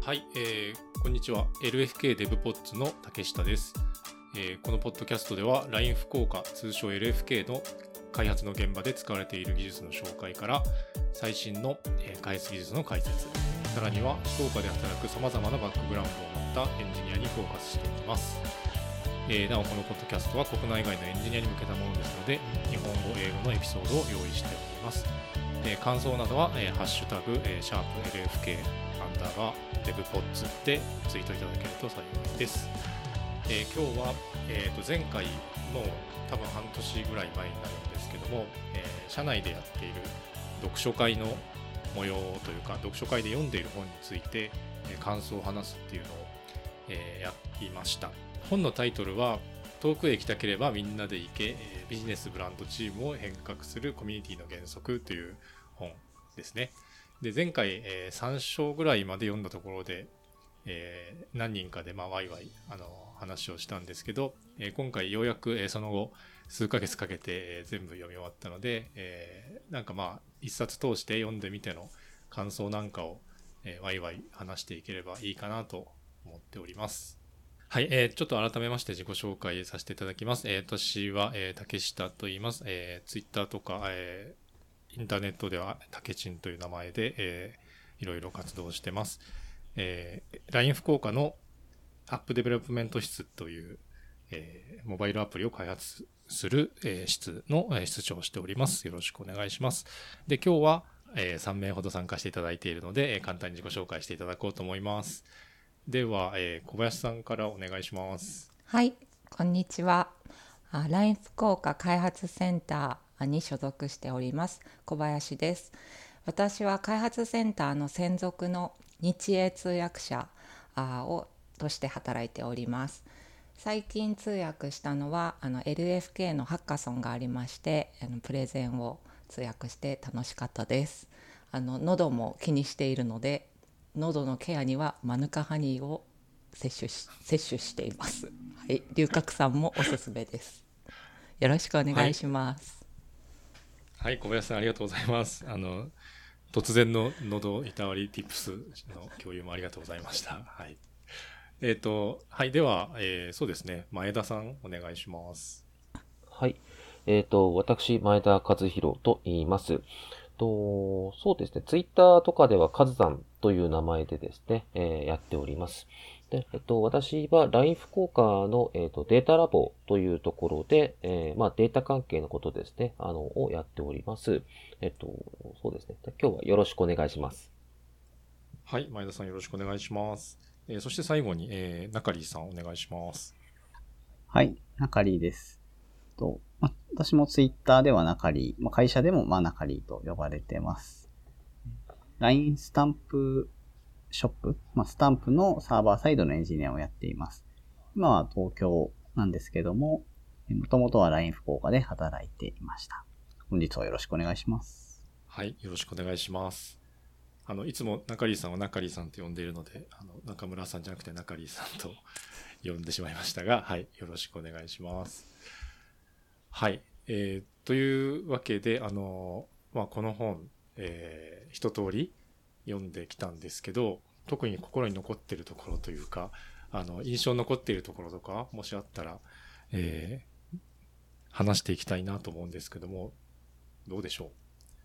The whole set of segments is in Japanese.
はい、こんにちは。LFK デブポッツの竹下です。このポッドキャストでは LINE 福岡、通称 LFK の開発の現場で使われている技術の紹介から最新の開発技術の解説、さらには福岡で働くさまざまなバックグラウンドを持ったエンジニアにフォーカスしていきます。なおこのポッドキャストは国内外のエンジニアに向けたものですので、日本語、英語のエピソードを用意しております。感想などは、ハッシュタグ、シャープ LFKデブポッツでツイートいただけると幸いです。今日は、前回の多分半年ぐらい前になるんですけども、社内でやっている読書会の模様というか、読書会で読んでいる本について、感想を話すっていうのを、やりました。本のタイトルは遠くへ行きたければみんなで行け、ビジネスブランドチームを変革するコミュニティの原則という本ですね。で前回、3章ぐらいまで読んだところで、何人かでワイワイ話をしたんですけど、今回ようやく、その後数ヶ月かけて、全部読み終わったので、なんか一冊通して読んでみての感想なんかを、ワイワイ話していければいいかなと思っております。はい、ちょっと改めまして自己紹介させていただきます。私は、竹下と言います。ツイッターとか、インターネットではタケチンという名前で、いろいろ活動してます。LINE 福岡のアップデベロップメント室という、モバイルアプリを開発する、室の、室長をしております。よろしくお願いします。で、今日は、3名ほど参加していただいているので、簡単に自己紹介していただこうと思います。では、小林さんからお願いします。 はい、こんにちは。LINE 福岡開発センターに所属しております小林です。私は開発センターの専属の日英通訳者として働いております。最近通訳したのはLFK のハッカソンがありまして、プレゼンを通訳して楽しかったです。喉も気にしているので、喉のケアにはマヌカハニーを摂取しています。はい、龍角散もおすすめです。よろしくお願いします。 はい、小林さんありがとうございます。突然の喉いたわり Tips の共有もありがとうございました。はい。はい、では、そうですね、前田さんお願いします。 はい。私、前田和弘と言います。そうですね、ツイッターとかではカズさんという名前でですね、やっております。で、私は LINE 福岡の、データラボというところで、データ関係のことですね、をやっております。そうですね、今日はよろしくお願いします。 はい、前田さんよろしくお願いします。そして最後に、中里さんお願いします。 はい、中里です。私もツイッターでは中里、会社でも中里と呼ばれてます。LINE スタンプショップ、スタンプのサーバーサイドのエンジニアをやっています。今は東京なんですけども、もともとは LINE 福岡で働いていました。本日はよろしくお願いします。 はい、よろしくお願いします。いつも中里さんを中里さんと呼んでいるので、中村さんじゃなくて中里さんと呼んでしまいましたが、はい、よろしくお願いします。はい、というわけで、この本、一通り読んできたんですけど、特に心に残っているところというか、印象に残っているところとか、もしあったら、話していきたいなと思うんですけども、どうでしょう？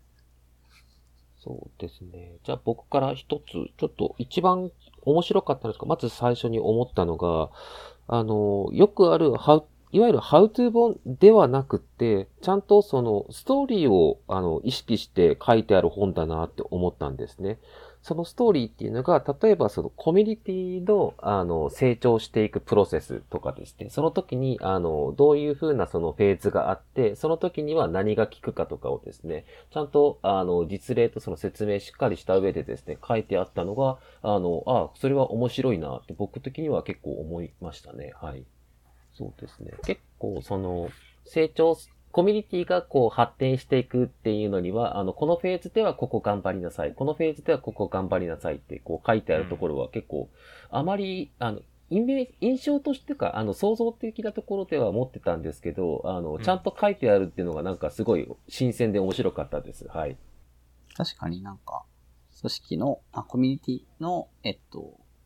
そうですね。じゃあ僕から一つ、ちょっと一番面白かったんですが、まず最初に思ったのが、よくあるいわゆるハウトゥー本ではなくって、ちゃんとそのストーリーを意識して書いてある本だなって思ったんですね。そのストーリーっていうのが、例えばそのコミュニティの成長していくプロセスとかですね、その時にどういう風なそのフェーズがあって、その時には何が効くかとかをですね、ちゃんと実例とその説明しっかりした上でですね、書いてあったのが、それは面白いなって僕的には結構思いましたね。はい。そうですね。結構そのコミュニティがこう発展していくっていうのには、このフェーズではここ頑張りなさい。このフェーズではここ頑張りなさいってこう書いてあるところは結構、あまり、印象としてか、創造的なところでは持ってたんですけど、ちゃんと書いてあるっていうのがなんかすごい新鮮で面白かったです。はい。 確かになんか、組織の、コミュニティの、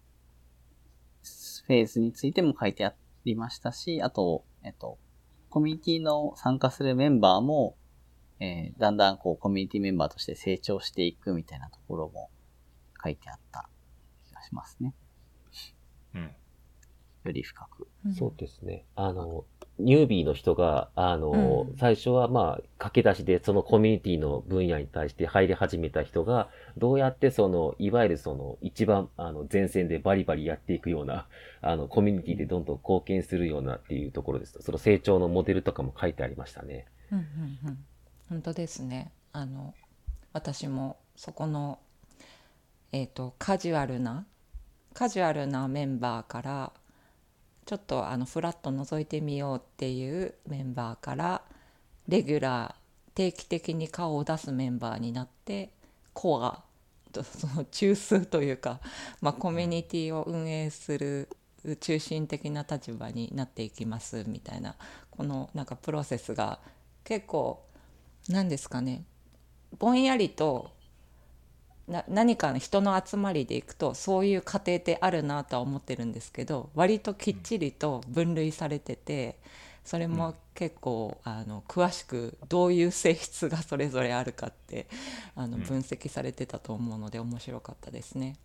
フェーズについても書いてありましたし、あと、コミュニティの参加するメンバーも、だんだんこうコミュニティメンバーとして成長していくみたいなところも書いてあった気がしますね。 うん。 より深く。 そうですね。ニュービーの人が、最初はまあ、駆け出しでそのコミュニティの分野に対して入り始めた人が、どうやっていわゆる一番、前線でバリバリやっていくような、コミュニティでどんどん貢献するようなっていうところですと、その成長のモデルとかも書いてありましたね。 本当ですね。私もそこの、カジュアルなメンバーから、ちょっとフラッと覗いてみようっていうメンバーからレギュラー定期的に顔を出すメンバーになって、コアその中枢というか、コミュニティを運営する中心的な立場になっていきますみたいな、このなんかプロセスが結構何ですかね、ぼんやりと何かの人の集まりで行くとそういう過程ってあるなとは思ってるんですけど、割ときっちりと分類されてて、それも結構詳しくどういう性質がそれぞれあるかって分析されてたと思うので面白かったですね。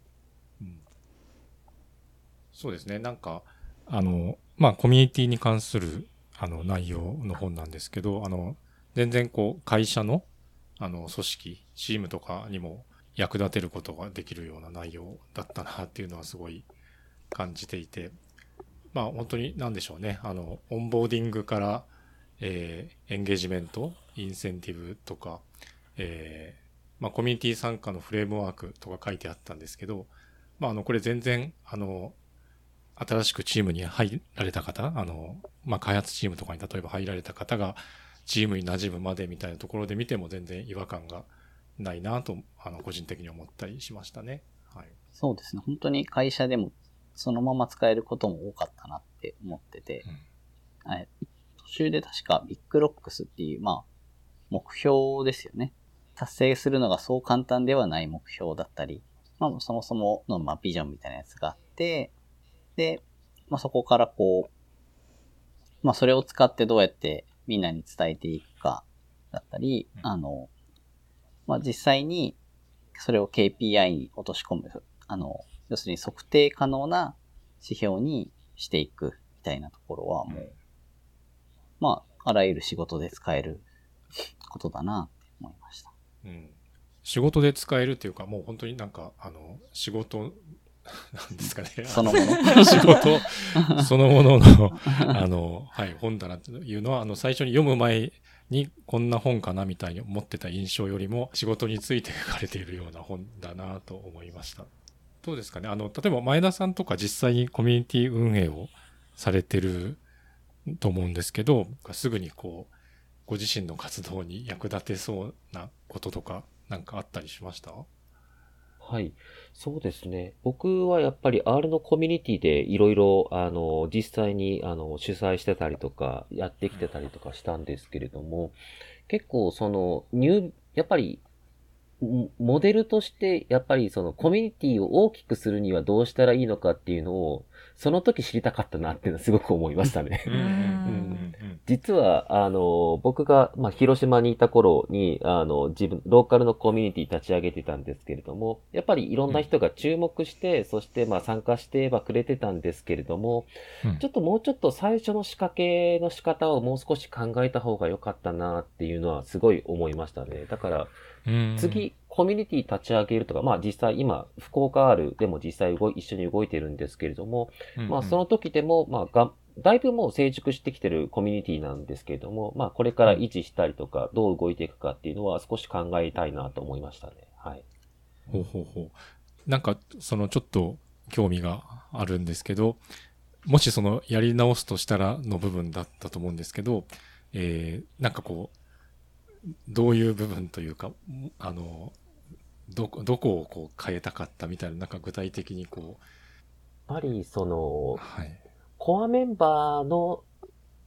そうですね。なんかコミュニティに関する内容の本なんですけど、全然こう会社の組織チームとかにも役立てることができるような内容だったなっていうのはすごい感じていて、本当に何でしょうね、オンボーディングから、エンゲージメント、インセンティブとか、コミュニティ参加のフレームワークとか書いてあったんですけど、これ全然新しくチームに入られた方、開発チームとかに例えば入られた方がチームに馴染むまでみたいなところで見ても全然違和感がないなと個人的に思ったりしましたね。はい。 そうですね。本当に会社でもそのまま使えることも多かったなって思ってて、途中で確かビッグロックスっていう、目標ですよね。達成するのがそう簡単ではない目標だったり、そもそものビジョンみたいなやつがあって、で、そこからこう、それを使ってどうやってみんなに伝えていくかだったり、実際にそれを KPI に落とし込む、要するに測定可能な指標にしていくみたいなところはもう、あらゆる仕事で使えることだなって思いました。 仕事で使えるっていうか、もう本当になんか、仕事、なんですかね。 そのもの仕事そのものの、本だなというのは、最初に読む前にこんな本かなみたいに思ってた印象よりも、仕事について書かれているような本だなと思いました。どうですかね。例えば前田さんとか実際にコミュニティ運営をされてると思うんですけど、すぐにこう、ご自身の活動に役立てそうなこととか、なんかあったりしました？ はい。そうですね。僕はやっぱり R のコミュニティでいろいろ、実際に、主催してたりとか、やってきてたりとかしたんですけれども、結構やっぱり、モデルとして、やっぱりコミュニティを大きくするにはどうしたらいいのかっていうのを、その時知りたかったなっていうのはすごく思いましたね。実は、僕が、広島にいた頃に、自分、ローカルのコミュニティ立ち上げてたんですけれども、やっぱりいろんな人が注目して、そして参加してはくれてたんですけれども、もうちょっと最初の仕掛けの仕方をもう少し考えた方が良かったなっていうのはすごい思いましたね。だから、次、コミュニティ立ち上げるとか、実際今、福岡 R でも実際一緒に動いてるんですけれども、その時でも、だいぶもう成熟してきてるコミュニティなんですけれども、これから維持したりとか、どう動いていくかっていうのは少し考えたいなと思いましたね。はい。 ほうほうほう。なんか、ちょっと興味があるんですけど、もしやり直すとしたらの部分だったと思うんですけど、なんかこう、どういう部分というか、どこをこう変えたかったみたいな、なんか具体的にこう。 やっぱりはい、 コアメンバーの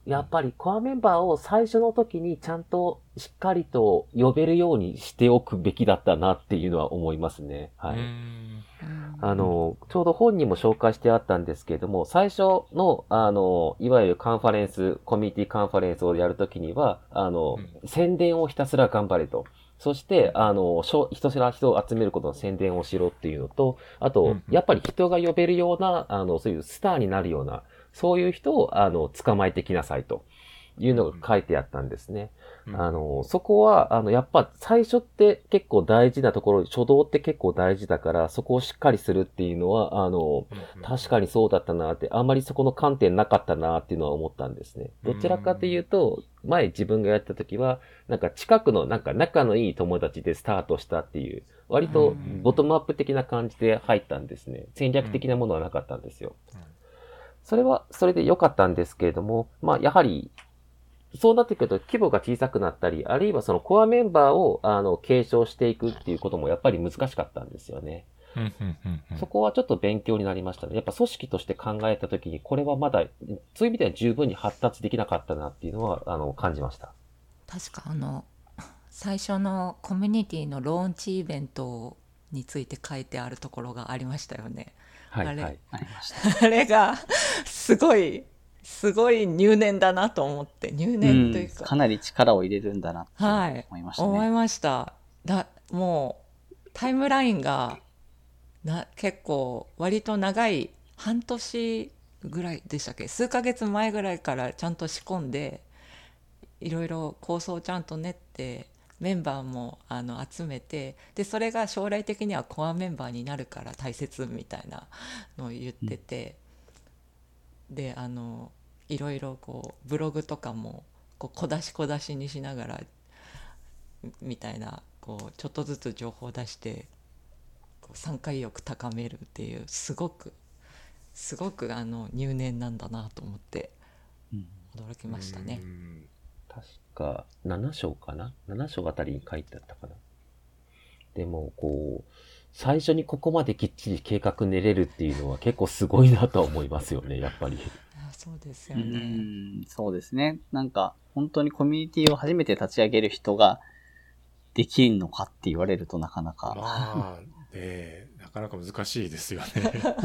やっぱりコアメンバーを最初の時にちゃんとしっかりと呼べるようにしておくべきだったなっていうのは思いますね。はい。ちょうど本にも紹介してあったんですけれども、最初の、いわゆるカンファレンス、コミュニティカンファレンスをやるときには、宣伝をひたすら頑張れと。そして、ひたすら人を集めることの宣伝をしろっていうのと、あと、やっぱり人が呼べるような、そういうスターになるような、そういう人を、捕まえてきなさいというのが書いてあったんですね。そこは、やっぱ最初って結構大事なところ、初動って結構大事だから、そこをしっかりするっていうのは、確かにそうだったなって、あんまりそこの観点なかったなっていうのは思ったんですね。どちらかというと、前自分がやった時は、なんか近くのなんか仲のいい友達でスタートしたっていう、割とボトムアップ的な感じで入ったんですね。戦略的なものはなかったんですよ。それは、それで良かったんですけれども、まあ、やはり、そうなってくると規模が小さくなったり、あるいはそのコアメンバーを、継承していくっていうこともやっぱり難しかったんですよね。そこはちょっと勉強になりましたね。やっぱ組織として考えたときに、これはまだ、そういう意味では十分に発達できなかったなっていうのは、感じました。 確か最初のコミュニティのローンチイベントについて書いてあるところがありましたよね。 はい、 あれ、 はい。 ありました。 あれがすごい入念だなと思って、入念というか、 かなり力を入れるんだなって思いましたね。 思いました。もうタイムラインが結構割と長い、半年ぐらいでしたっけ、数ヶ月前ぐらいからちゃんと仕込んで、いろいろ構想をちゃんと練ってメンバーも集めて、でそれが将来的にはコアメンバーになるから大切みたいなのを言ってて、でいろいろこうブログとかもこう小出しにしながらみたいな、こうちょっとずつ情報を出してこう参加意欲高めるっていう、すごく入念なんだなと思って驚きましたね。 確か7章かな ?7 章あたりに書いてあったかな。でも、こう、最初にここまできっちり計画練れるっていうのは結構すごいなとは思いますよね、やっぱり。 そうですよね。 そうですね。なんか、本当にコミュニティを初めて立ち上げる人ができるのかって言われるとなかなか。 まあ、なかなか難しいですよね。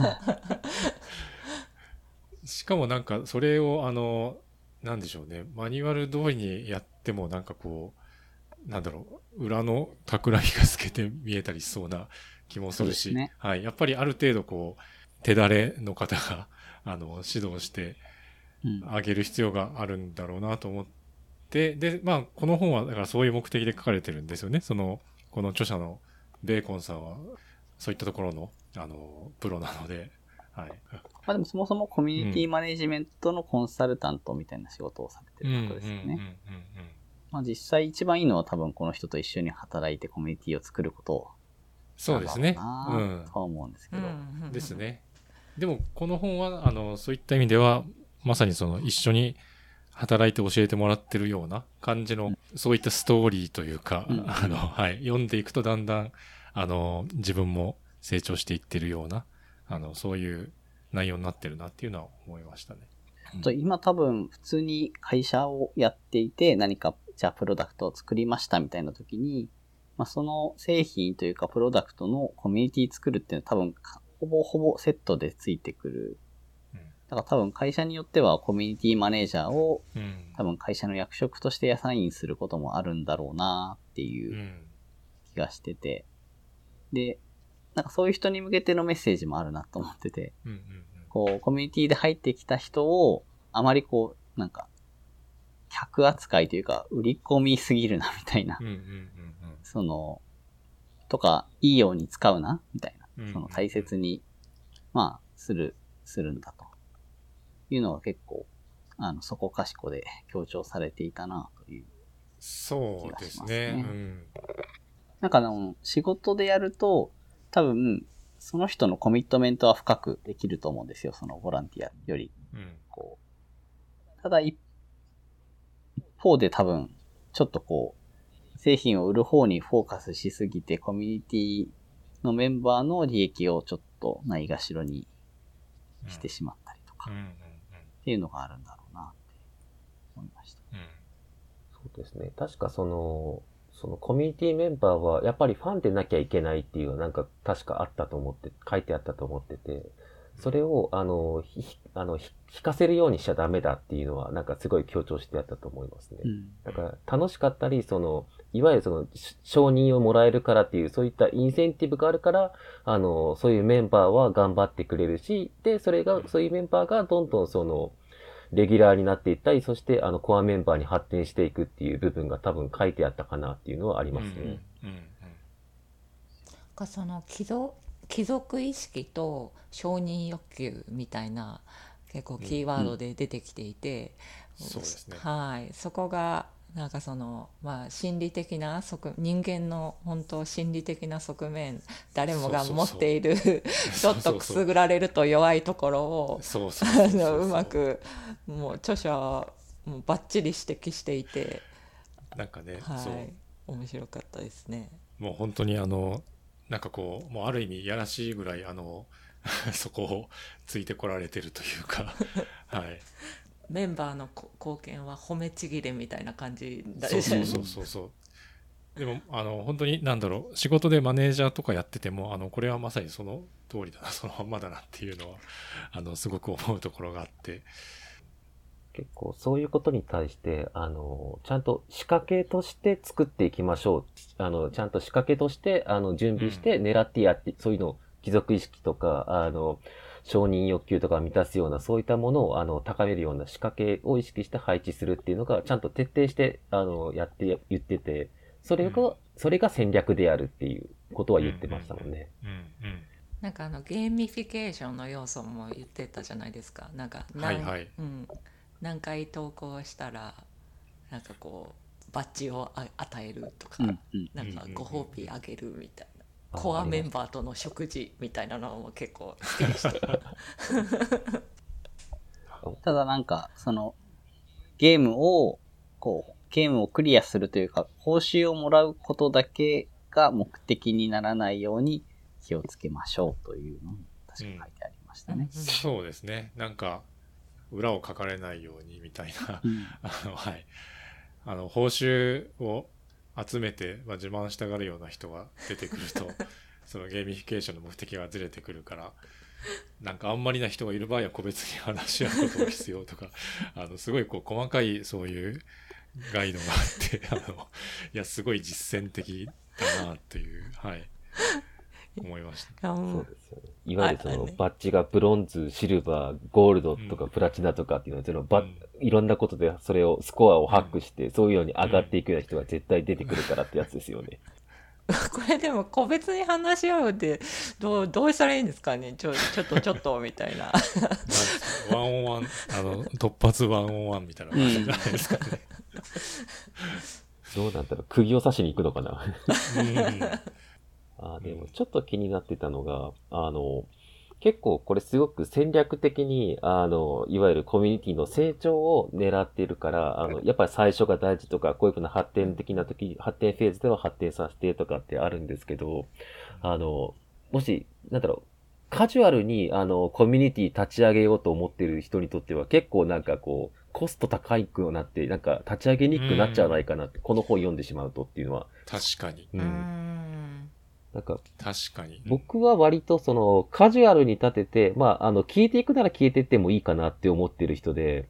しかもなんか、それをなんでしょうね、マニュアル通りにやってもなんかこう、なんだろう、裏の企みが透けて見えたりしそうな気もするし、 ね、 はい。やっぱりある程度こう、手だれの方が、指導してあげる必要があるんだろうなと思って、で、まあ、この本はだからそういう目的で書かれてるんですよね。この著者のベーコンさんは、そういったところの、プロなので、はい。 まあでもそもそもコミュニティマネジメントのコンサルタントみたいな仕事をされてる方ですよね。まあ実際一番いいのは多分この人と一緒に働いてコミュニティを作ることを。 そうですね。 とは思うんですけど。 ですね。でもこの本は、そういった意味では、まさに一緒に働いて教えてもらってるような感じの、そういったストーリーというか、はい、読んでいくとだんだん、自分も成長していってるような、そういう内容になってるなっていうのは思いましたね。 今多分普通に会社をやっていて何かじゃあプロダクトを作りましたみたいな時に、まあ、その製品というかプロダクトのコミュニティ作るっていうのは多分ほぼセットでついてくる。だから多分会社によってはコミュニティマネージャーを多分会社の役職としてアサインすることもあるんだろうなっていう気がしてて。で、なんかそういう人に向けてのメッセージもあるなと思ってて、こうコミュニティで入ってきた人をあまりこうなんか客扱いというか売り込みすぎるなみたいな、とかいいように使うなみたいな、大切にまあするんだというのが結構そこかしこで強調されていたなという気がしますね。なんか仕事でやると多分その人のコミットメントは深くできると思うんですよ、そのボランティアより。こうただ一方で多分、ちょっとこう、製品を売る方にフォーカスしすぎて、コミュニティのメンバーの利益をちょっとないがしろにしてしまったりとか、っていうのがあるんだろうなって。 ですね。確かそのコミュニティメンバーはやっぱりファンでなきゃいけないっていうのはなんか確かあったと思って、書いてあったと思ってて、それを引かせるようにしちゃダメだっていうのはなんかすごい強調してあったと思いますね。だから楽しかったり、いわゆる承認をもらえるからっていう、そういったインセンティブがあるから、そういうメンバーは頑張ってくれるし、で、そういうメンバーがどんどんレギュラーになっていったり、そしてコアメンバーに発展していくっていう部分が多分書いてあったかなっていうのはありますね。 その貴族意識と承認欲求みたいな結構キーワードで出てきていて、 そうですね。 はい、そこがなんか心理的な人間の本当心理的な側面、誰もが持っているちょっとくすぐられると弱いところをうまくもう著者はもうバッチリ指摘していて、 なんかね、 はい、面白かったですね。 もう本当になんかこうもうある意味やらしいぐらいそこをついてこられてるというかはい。 メンバーの貢献は褒めちぎれみたいな感じだね。そうでも本当に仕事でマネージャーとかやっててもこれはまさにその通りだな、そのまんまだなっていうのはすごく思うところがあって、 結構そういうことに対してちゃんと仕掛けとして作っていきましょう、ちゃんと仕掛けとして準備して狙ってやって、そういうのを貴族意識とか承認欲求とか満たすようなそういったものを高めるような仕掛けを意識して配置するっていうのがちゃんと徹底して言ってて、それが戦略であるっていうことは言ってましたもんね。 なんかゲーミフィケーションの要素も言ってたじゃないですか。なんか何回投稿したらなんかこうバッジを与えるとか、なんかご褒美あげるみたいな、コアメンバーとの食事みたいなのも結構好きでしたただなんかゲームをクリアするというか、報酬をもらうことだけが目的にならないように気をつけましょうというのも確かに書いてありましたね。 そうですね。なんか裏を書かれないようにみたいな、はい、報酬を集めて、自慢したがるような人が出てくるとそのゲーミフィケーションの目的がずれてくるから、なんかあんまりな人がいる場合は個別に話し合うことを必要とかすごい細かいそういうガイドがあっていやすごい実践的だなという、はい、思いました。 そうですよね。いわゆるバッジがブロンズ、シルバー、ゴールドとかプラチナとかっていうのは、いろんなことでそれをスコアをハックして、そういうように上がっていくような人が絶対出てくるからってやつですよね。 これでも個別に話し合うってどうしたらいいんですかね。ちょっとみたいなワンオンワン突発ワンオンワンみたいな感じじゃないですかね。 どうなんだろう、釘を刺しに行くのかな。でもちょっと気になってたのが、結構これすごく戦略的に、いわゆるコミュニティの成長を狙っているから、やっぱり最初が大事とか、こういうふうな発展フェーズでは発展させてとかってあるんですけど、もし、カジュアルに、コミュニティ立ち上げようと思っている人にとっては結構なんかこう、コスト高くなって、なんか立ち上げにくくなっちゃわないかなって、この本読んでしまうとっていうのは。 確かに。 なんか確かに。 僕は割とカジュアルに立てて、消えていくなら消えていってもいいかなって思ってる人で、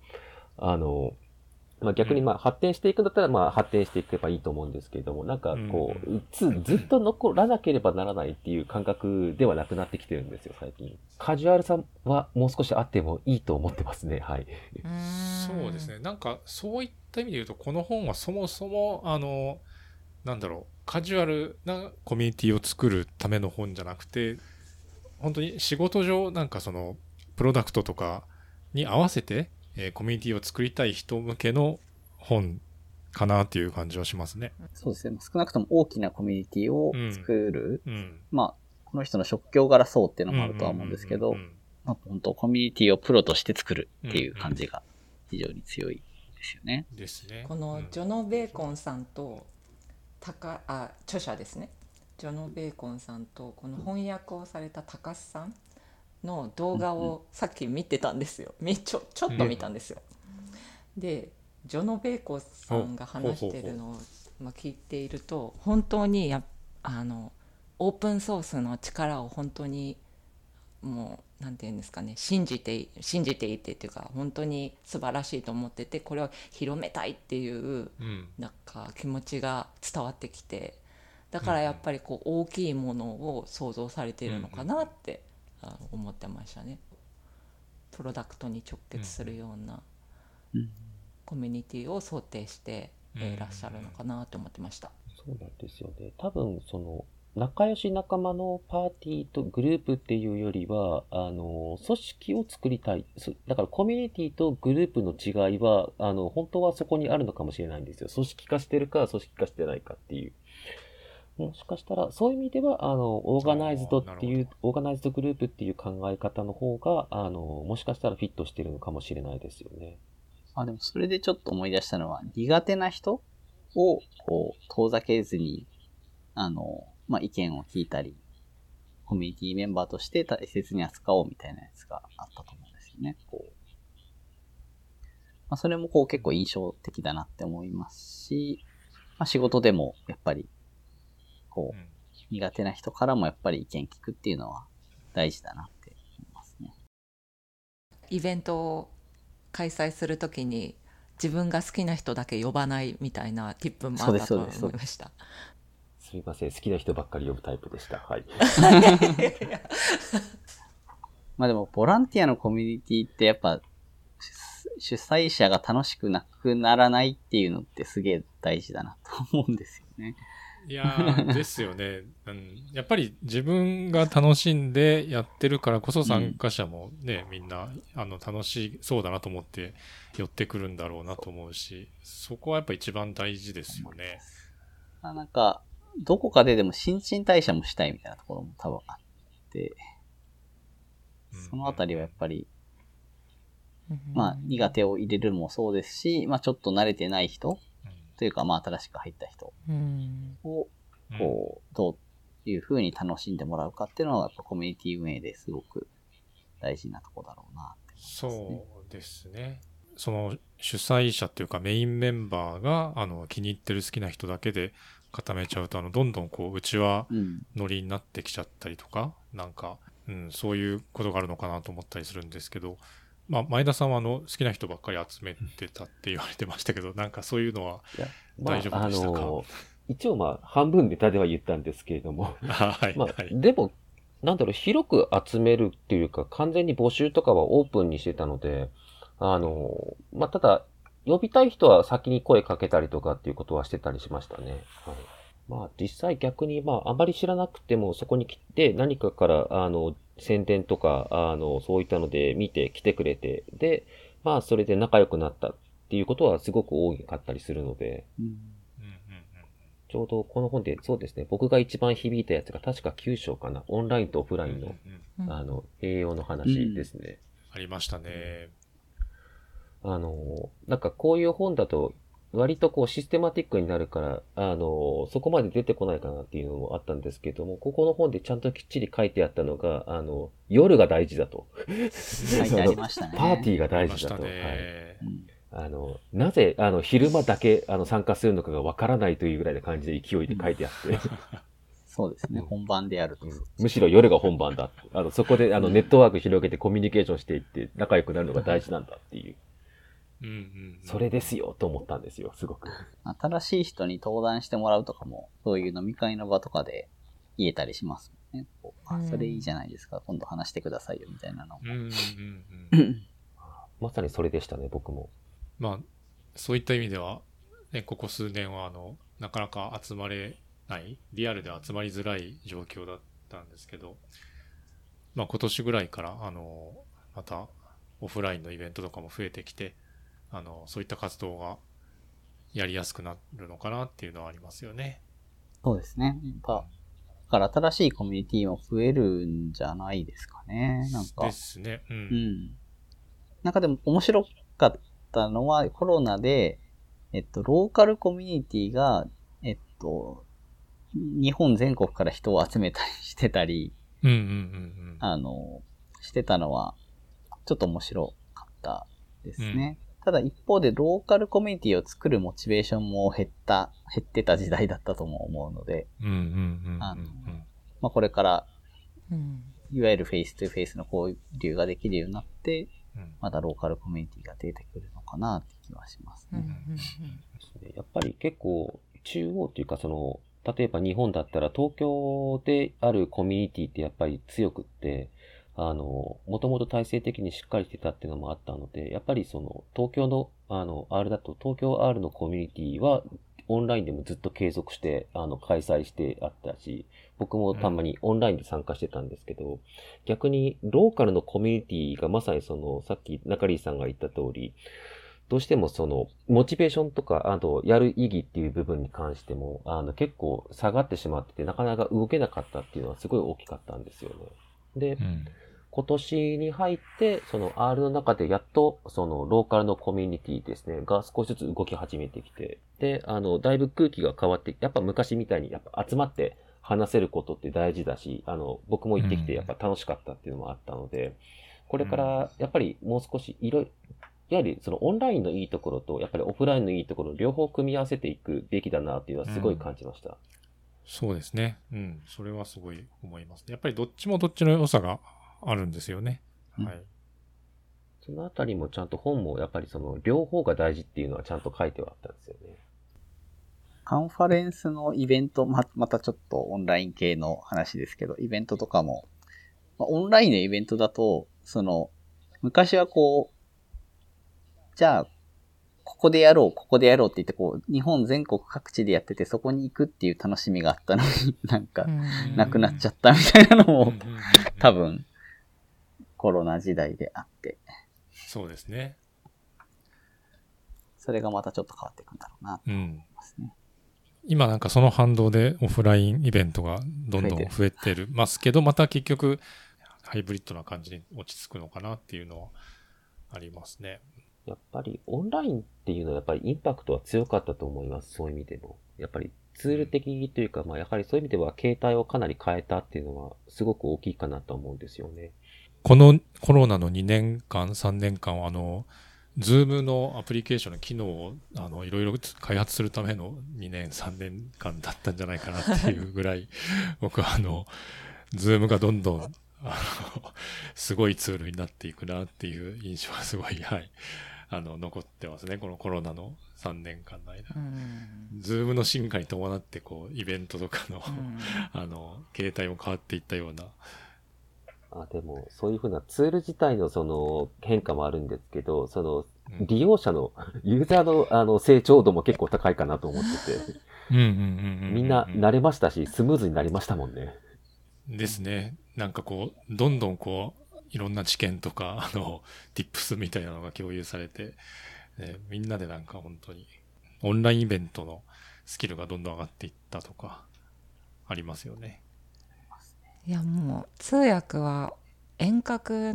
逆に発展していくんだったら発展していけばいいと思うんですけれども、なんかこう、ずっと残らなければならないっていう感覚ではなくなってきてるんですよ、最近。カジュアルさはもう少しあってもいいと思ってますね、はい。 そうですね。なんかそういった意味で言うと、この本はそもそもカジュアルなコミュニティを作るための本じゃなくて、本当に仕事上プロダクトとかに合わせて、コミュニティを作りたい人向けの本かなっていう感じはしますね。 そうですね。少なくとも大きなコミュニティを作る。この人の職業柄そうっていうのもあるとは思うんですけど、本当コミュニティをプロとして作るっていう感じが非常に強いですよね。 ですね。 このジョノ・ベーコンさんと著者ですね。ジョノ・ベーコンさんとこの翻訳をされた高須さんの動画をさっき見てたんですよ。ちょっと見たんですよ。でジョノベイコさんが話してるのを聞いていると、本当にオープンソースの力を本当にもうなんていうんですかね、信じていてっていうか、本当に素晴らしいと思ってて、これを広めたいっていうなんか気持ちが伝わってきて、だからやっぱりこう大きいものを想像されているのかなって思ってましたね。プロダクトに直結するようなコミュニティを想定していらっしゃるのかなと思ってました。 そうなんですよね。多分その仲良し仲間のパーティーとグループっていうよりは、組織を作りたい。だからコミュニティとグループの違いは、本当はそこにあるのかもしれないんですよ。組織化してるか、組織化してないかっていう。もしかしたら、そういう意味では、オーガナイズドグループっていう考え方の方が、もしかしたらフィットしてるのかもしれないですよね。 でもそれでちょっと思い出したのは、苦手な人を、こう、遠ざけずに、意見を聞いたり、コミュニティメンバーとして大切に扱おうみたいなやつがあったと思うんですよね。それもこう結構印象的だなって思いますし、仕事でもやっぱり、こう、苦手な人からもやっぱり意見聞くっていうのは大事だなって思いますね。 イベントを開催するときに自分が好きな人だけ呼ばないみたいなティップもあったと思いました。 すみません、好きな人ばっかり呼ぶタイプでした。はい。 でもボランティアのコミュニティってやっぱ主催者が楽しくなくならないっていうのってすげえ大事だなと思うんですよね。 いやーですよね、やっぱり自分が楽しんでやってるからこそ参加者もね、みんな楽しそうだなと思って寄ってくるんだろうなと思うし、そこはやっぱ一番大事ですよね。 なんかどこかででも新陳代謝もしたいみたいなところも多分あって、そのあたりはやっぱり、苦手を入れるもそうですし、ちょっと慣れてない人、というか新しく入った人をこうどういう風に楽しんでもらうかっていうのはやっぱコミュニティ運営ですごく大事なところだろうなって思いますね。 そうですね。その主催者っていうかメインメンバーが気に入ってる好きな人だけで固めちゃうとどんどんこううちはノリになってきちゃったりとか、なんか、そういうことがあるのかなと思ったりするんですけど、前田さんは好きな人ばっかり集めてたって言われてましたけど、なんかそういうのは大丈夫でしたか？ 一応半分ネタでは言ったんですけれども、 はい、 でも広く集めるっていうか完全に募集とかはオープンにしてたので、ただ呼びたい人は先に声かけたりとかっていうことはしてたりしましたね。はい、実際逆にあまり知らなくてもそこに来て何かから宣伝とかそういったので見て来てくれて、でそれで仲良くなったっていうことはすごく多かったりするので、ちょうどこの本でそうですね、僕が一番響いたやつが確か9章かな、オンラインとオフラインの栄養の話ですね。 ありましたね。 なんかこういう本だと割とこうシステマティックになるから、そこまで出てこないかなっていうのもあったんですけども、ここの本でちゃんときっちり書いてあったのが、夜が大事だと。 書いてありましたね。 パーティーが大事だと。なぜ、昼間だけ、参加するのかがわからないというぐらいな感じで勢いで書いてあって。 そうですね。本番でやると。 むしろ夜が本番だ。そこで、ネットワーク広げてコミュニケーションしていって、仲良くなるのが大事なんだっていう。それですよと思ったんですよ、すごく。 新しい人に登壇してもらうとかも、そういう飲み会の場とかで言えたりしますもんね。それいいじゃないですか、今度話してくださいよみたいなのも。 まさにそれでしたね、僕も。 そういった意味では、ね、ここ数年はなかなか集まれない、リアルで集まりづらい状況だったんですけど、今年ぐらいからまたオフラインのイベントとかも増えてきて、そういった活動がやりやすくなるのかなっていうのはありますよね。 そうですね。だから新しいコミュニティも増えるんじゃないですかね。 ですね。 なんかでも面白かったのはコロナで、ローカルコミュニティが、日本全国から人を集めたりしてたり、してたのは、ちょっと面白かったですね。 ただ一方でローカルコミュニティを作るモチベーションも減ってた時代だったとも思うので、これから、いわゆるフェイス2フェイスの交流ができるようになって、まだローカルコミュニティが出てくるのかなって気はしますね。 やっぱり結構中央というか例えば日本だったら東京であるコミュニティってやっぱり強くって、もともと体制的にしっかりしてたっていうのもあったので、やっぱり東京の、R だと東京 R のコミュニティはオンラインでもずっと継続して、開催してあったし、僕もたまにオンラインで参加してたんですけど、逆にローカルのコミュニティがまさにさっき中里さんが言った通り、どうしてもモチベーションとか、やる意義っていう部分に関しても、結構下がってしまってて、なかなか動けなかったっていうのはすごい大きかったんですよね。で、今年に入って、R の中でやっと、ローカルのコミュニティですね、が少しずつ動き始めてきて、で、だいぶ空気が変わって、やっぱ昔みたいに、やっぱ集まって話せることって大事だし、僕も行ってきて、やっぱ楽しかったっていうのもあったので、これから、やっぱりもう少しいわゆるオンラインのいいところと、やっぱりオフラインのいいところ、両方組み合わせていくべきだなっていうのはすごい感じました。 そうですね。それはすごい思います。やっぱりどっちもどっちの良さがあるんですよね。はい。 そのあたりもちゃんと本もやっぱり両方が大事っていうのはちゃんと書いてはあったんですよね。 カンファレンスのイベント、またちょっとオンライン系の話ですけど、イベントとかも、オンラインのイベントだと、昔はじゃあ、ここでやろうって言って日本全国各地でやってて、そこに行くっていう楽しみがあったのに、なくなっちゃったみたいなのも、多分、コロナ時代であって。 そうですね。 それがまたちょっと変わっていくんだろうなと思いますね。 今その反動でオフラインイベントがどんどん増えてますけど、また結局、ハイブリッドな感じに落ち着くのかなっていうのはありますね。 やっぱりオンラインっていうのはやっぱりインパクトは強かったと思います。そういう意味でも。やっぱりツール的というか、やはりそういう意味では携帯をかなり変えたっていうのはすごく大きいかなと思うんですよね。 このコロナの2年間、3年間はZoom のアプリケーションの機能をいろいろ開発するための2年、3年間だったんじゃないかなっていうぐらい、僕はZoom がどんどんすごいツールになっていくなっていう印象はすごい、はい。残ってますね。このコロナの3年間の間。ズームの進化に伴って、イベントとかの、携帯も変わっていったような。 でも、そういうふうなツール自体の変化もあるんですけど、利用者の、ユーザーの成長度も結構高いかなと思ってて。みんな慣れましたし、スムーズになりましたもんね。 ですね。どんどんいろんな知見とか、tips みたいなのが共有されて、みんなで本当に、オンラインイベントのスキルがどんどん上がっていったとか、ありますよね。 いやもう、通訳は遠隔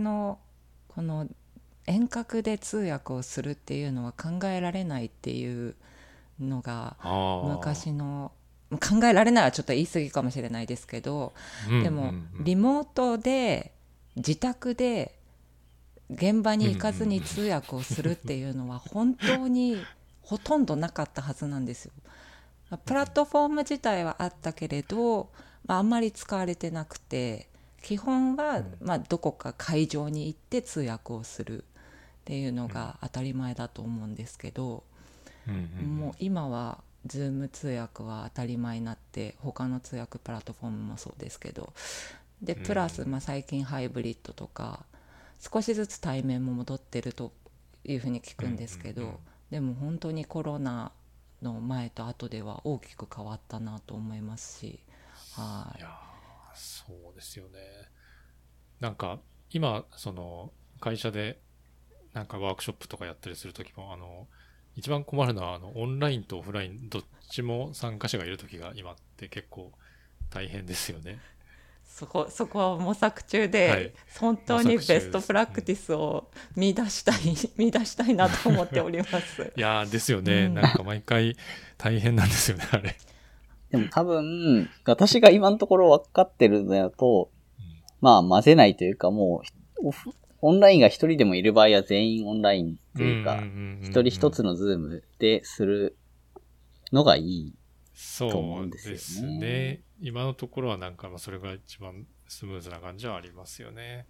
で通訳をするっていうのは考えられないっていうのが、昔の、考えられないはちょっと言い過ぎかもしれないですけど、でも、リモートで、自宅で現場に行かずに通訳をするっていうのは本当にほとんどなかったはずなんですよ。プラットフォーム自体はあったけれど、あんまり使われてなくて、基本はどこか会場に行って通訳をするっていうのが当たり前だと思うんですけど、もう今はZoom 通訳は当たり前になって、他の通訳プラットフォームもそうですけど、でプラス最近ハイブリッドとか少しずつ対面も戻ってるというふうに聞くんですけど、でも本当にコロナの前と後では大きく変わったなと思いますし、はい。 いやそうですよね。今会社でワークショップとかやったりするときも一番困るのはオンラインとオフラインどっちも参加者がいるときが今って結構大変ですよね。 そこは模索中で、はい、本当にベストプラクティスを見出したいなと思っております。 いやですよね、毎回大変なんですよねあれ。 でも多分私が今のところ分かってるのだと、混ぜないというかもうオンラインが一人でもいる場合は全員オンラインっていうか、一人一つのズームでするのがいいと思うんですよね。 そうですね。今のところはなんかそれが一番スムーズな感じはありますよね。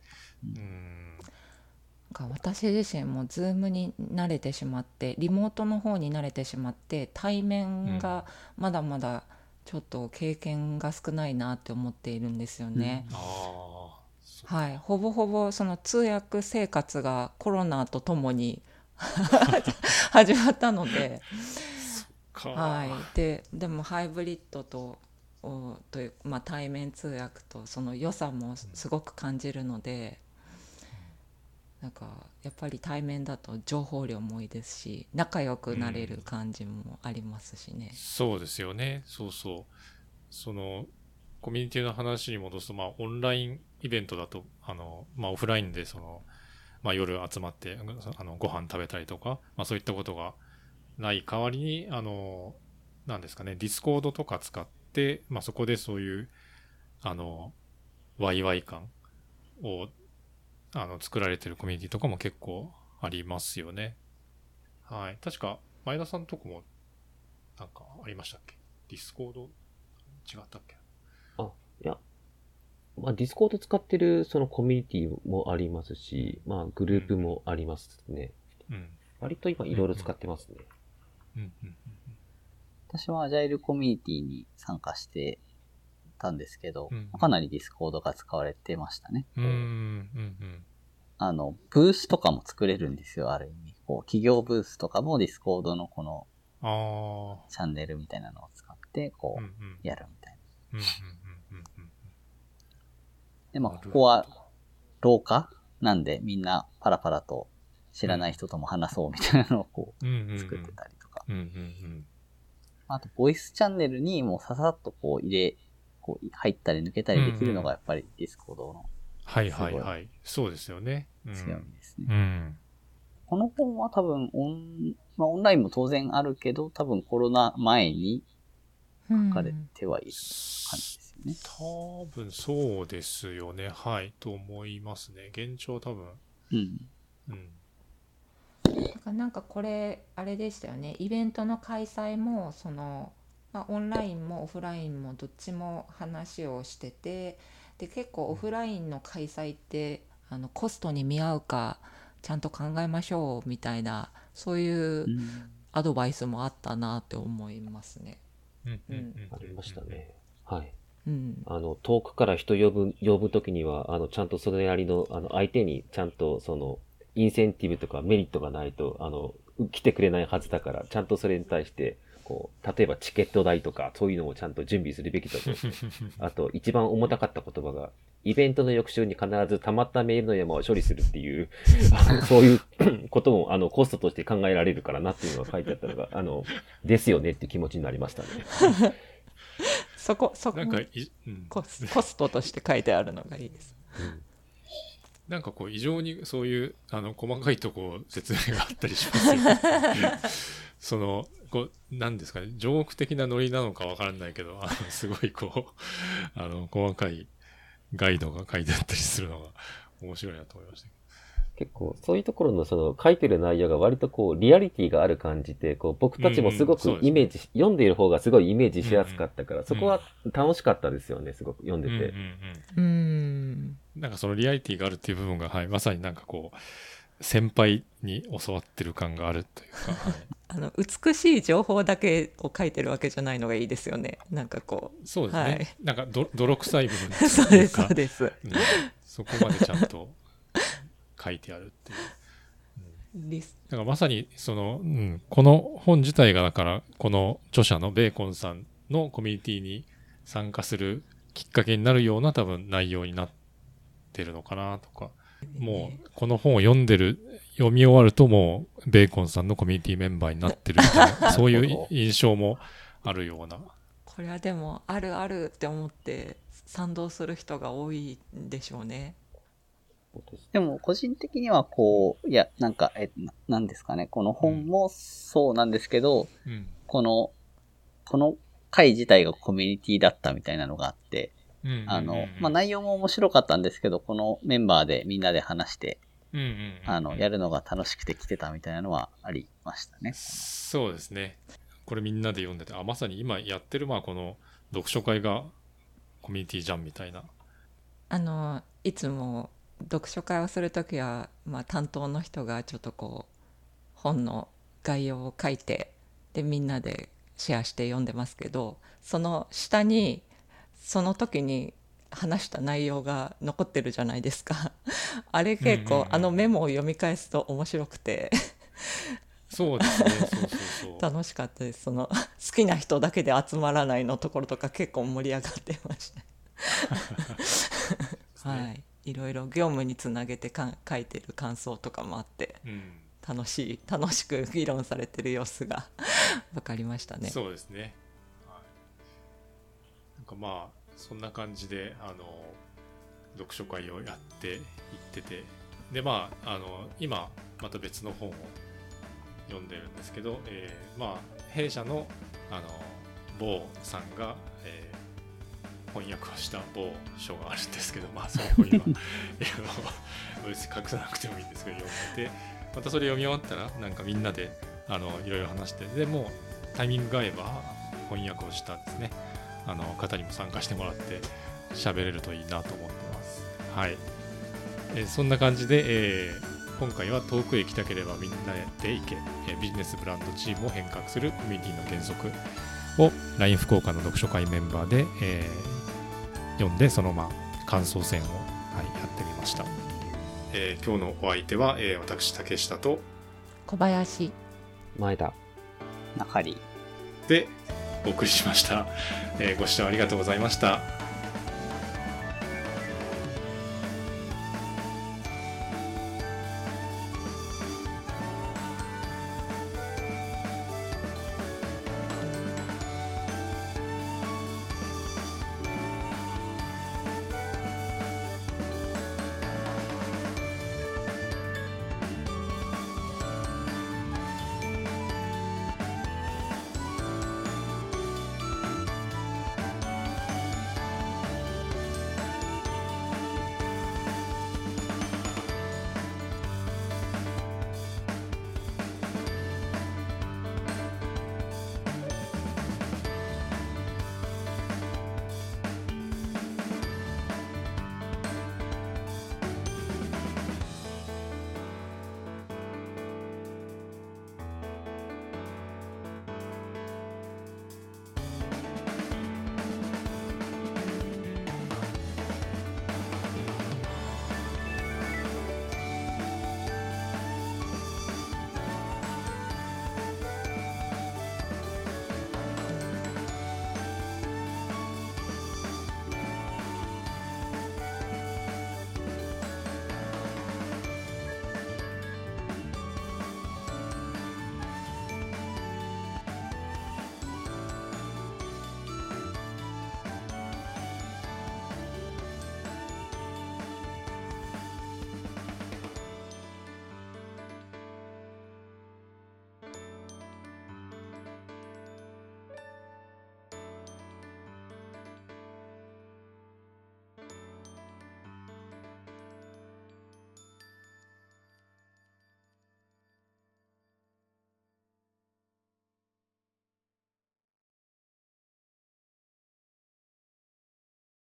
私自身もズームに慣れてしまって、リモートの方に慣れてしまって、対面がまだまだちょっと経験が少ないなって思っているんですよね。はい、ほぼほぼその通訳生活がコロナとともに始まったので、はい、でもハイブリッドという、対面通訳とその良さもすごく感じるので、なんかやっぱり対面だと情報量も多いですし、仲良くなれる感じもありますしね。 そうですよね。そうそう。そのコミュニティの話に戻すと、オンラインイベントだとオフラインで夜集まってご飯食べたりとか、そういったことがない代わりになんですかね、ディスコードとか使って、そこでそういうワイワイ感を作られてるコミュニティとかも結構ありますよね。はい。確か前田さんのとこもなんかありましたっけ？ディスコード違ったっけ？ いや、ディスコード使ってるそのコミュニティもありますし、グループもありますね。割と今いろいろ使ってますね。 私はアジャイルコミュニティに参加してたんですけど、かなりディスコードが使われてましたね。ブースとかも作れるんですよ、ある意味。企業ブースとかもディスコードのこのチャンネルみたいなのを使ってやるみたいな。で、ここは廊下なんでみんなパラパラと知らない人とも話そうみたいなのを作ってたりとか。あと、ボイスチャンネルにもうささっと入ったり抜けたりできるのがやっぱりディスコードの。 はいはいはい。そうですよね。 強みですね。この本は多分オンラインも当然あるけど、多分コロナ前に書かれてはいる感じですよね。 多分そうですよね。はい。と思いますね。現状多分。 なんかこれあれでしたよね。イベントの開催もオンラインもオフラインもどっちも話をしてて、で結構オフラインの開催ってコストに見合うかちゃんと考えましょうみたいな、そういうアドバイスもあったなって思いますね。 ありましたね。はい。遠くから人呼ぶときにはちゃんとそれなりの相手にちゃんとそのインセンティブとかメリットがないと来てくれないはずだから、ちゃんとそれに対して例えばチケット代とかそういうのもちゃんと準備するべきだと。あと一番重たかった言葉が、イベントの翌週に必ず溜まったメールの山を処理するっていうそういうこともコストとして考えられるからなっていうのが書いてあったのがですよねっていう気持ちになりましたね。 そこなんかコストとして書いてあるのがいいです。 なんか異常にそういう細かいとこ説明があったりしますよね。何ですかね、ジョーク的なノリなのかわからないけど、すごい細かいガイドが書いてあったりするのが面白いなと思いました。 結構そういうところの書いてる内容が割とリアリティがある感じで、僕たちもすごくイメージ、読んでいる方がすごいイメージしやすかったから、そこは楽しかったですよね、すごく読んでて。 なんかそのリアリティがあるっていう部分が、はい、まさになんか先輩に教わってる感があるというか、 美しい情報だけを書いてるわけじゃないのがいいですよね。なんかそうですね。はい、なんか泥臭い部分というかそうですそうです、 そこまでちゃんと書いてあるっていう。だからまさにこの本自体がだからこの著者のベーコンさんのコミュニティに参加するきっかけになるような多分内容になってるのかなとか。もうこの本を読み終わるともうベーコンさんのコミュニティメンバーになってるみたいなそういう印象もあるような。 これはでもあるあるって思って賛同する人が多いんでしょうね。 でも個人的にはなんかなんですかね、この本もそうなんですけど、この会自体がコミュニティだったみたいなのがあって、内容も面白かったんですけど、このメンバーでみんなで話してやるのが楽しくて来てたみたいなのはありましたね。 そうですね。これみんなで読んでて、まさに今やってるこの読書会がコミュニティじゃんみたいな。 いつも読書会をするときは、担当の人がちょっと本の概要を書いて、でみんなでシェアして読んでますけど、その下にその時に話した内容が残ってるじゃないですか。あれ結構、メモを読み返すと面白くてそうですね。そう楽しかったです。好きな人だけで集まらないのところとか結構盛り上がってましたはい、いろいろ業務につなげて書いてる感想とかもあって、楽しく議論されてる様子が分かりましたね。 そうですね。なんかそんな感じで読書会をやっていってて、で今また別の本を読んでるんですけど、弊社の某さんが、翻訳をした某書があるんですけど、それを今別に隠さなくてもいいんですけど読んでて、またそれ読み終わったらなんかみんなでいろいろ話して、でもうタイミングが合えば翻訳をしたですね方にも参加してもらって喋れるといいなと思ってます。はい。そんな感じで、今回は遠くへ行きたければみんなで行け、ビジネスブランドチームを変革するコミュニティの原則を LINE 福岡の読書会メンバーで、読んでその感想戦を、やってみました。今日のお相手は、私竹下と小林、 前田、 中里でお送りしました。ご視聴ありがとうございました。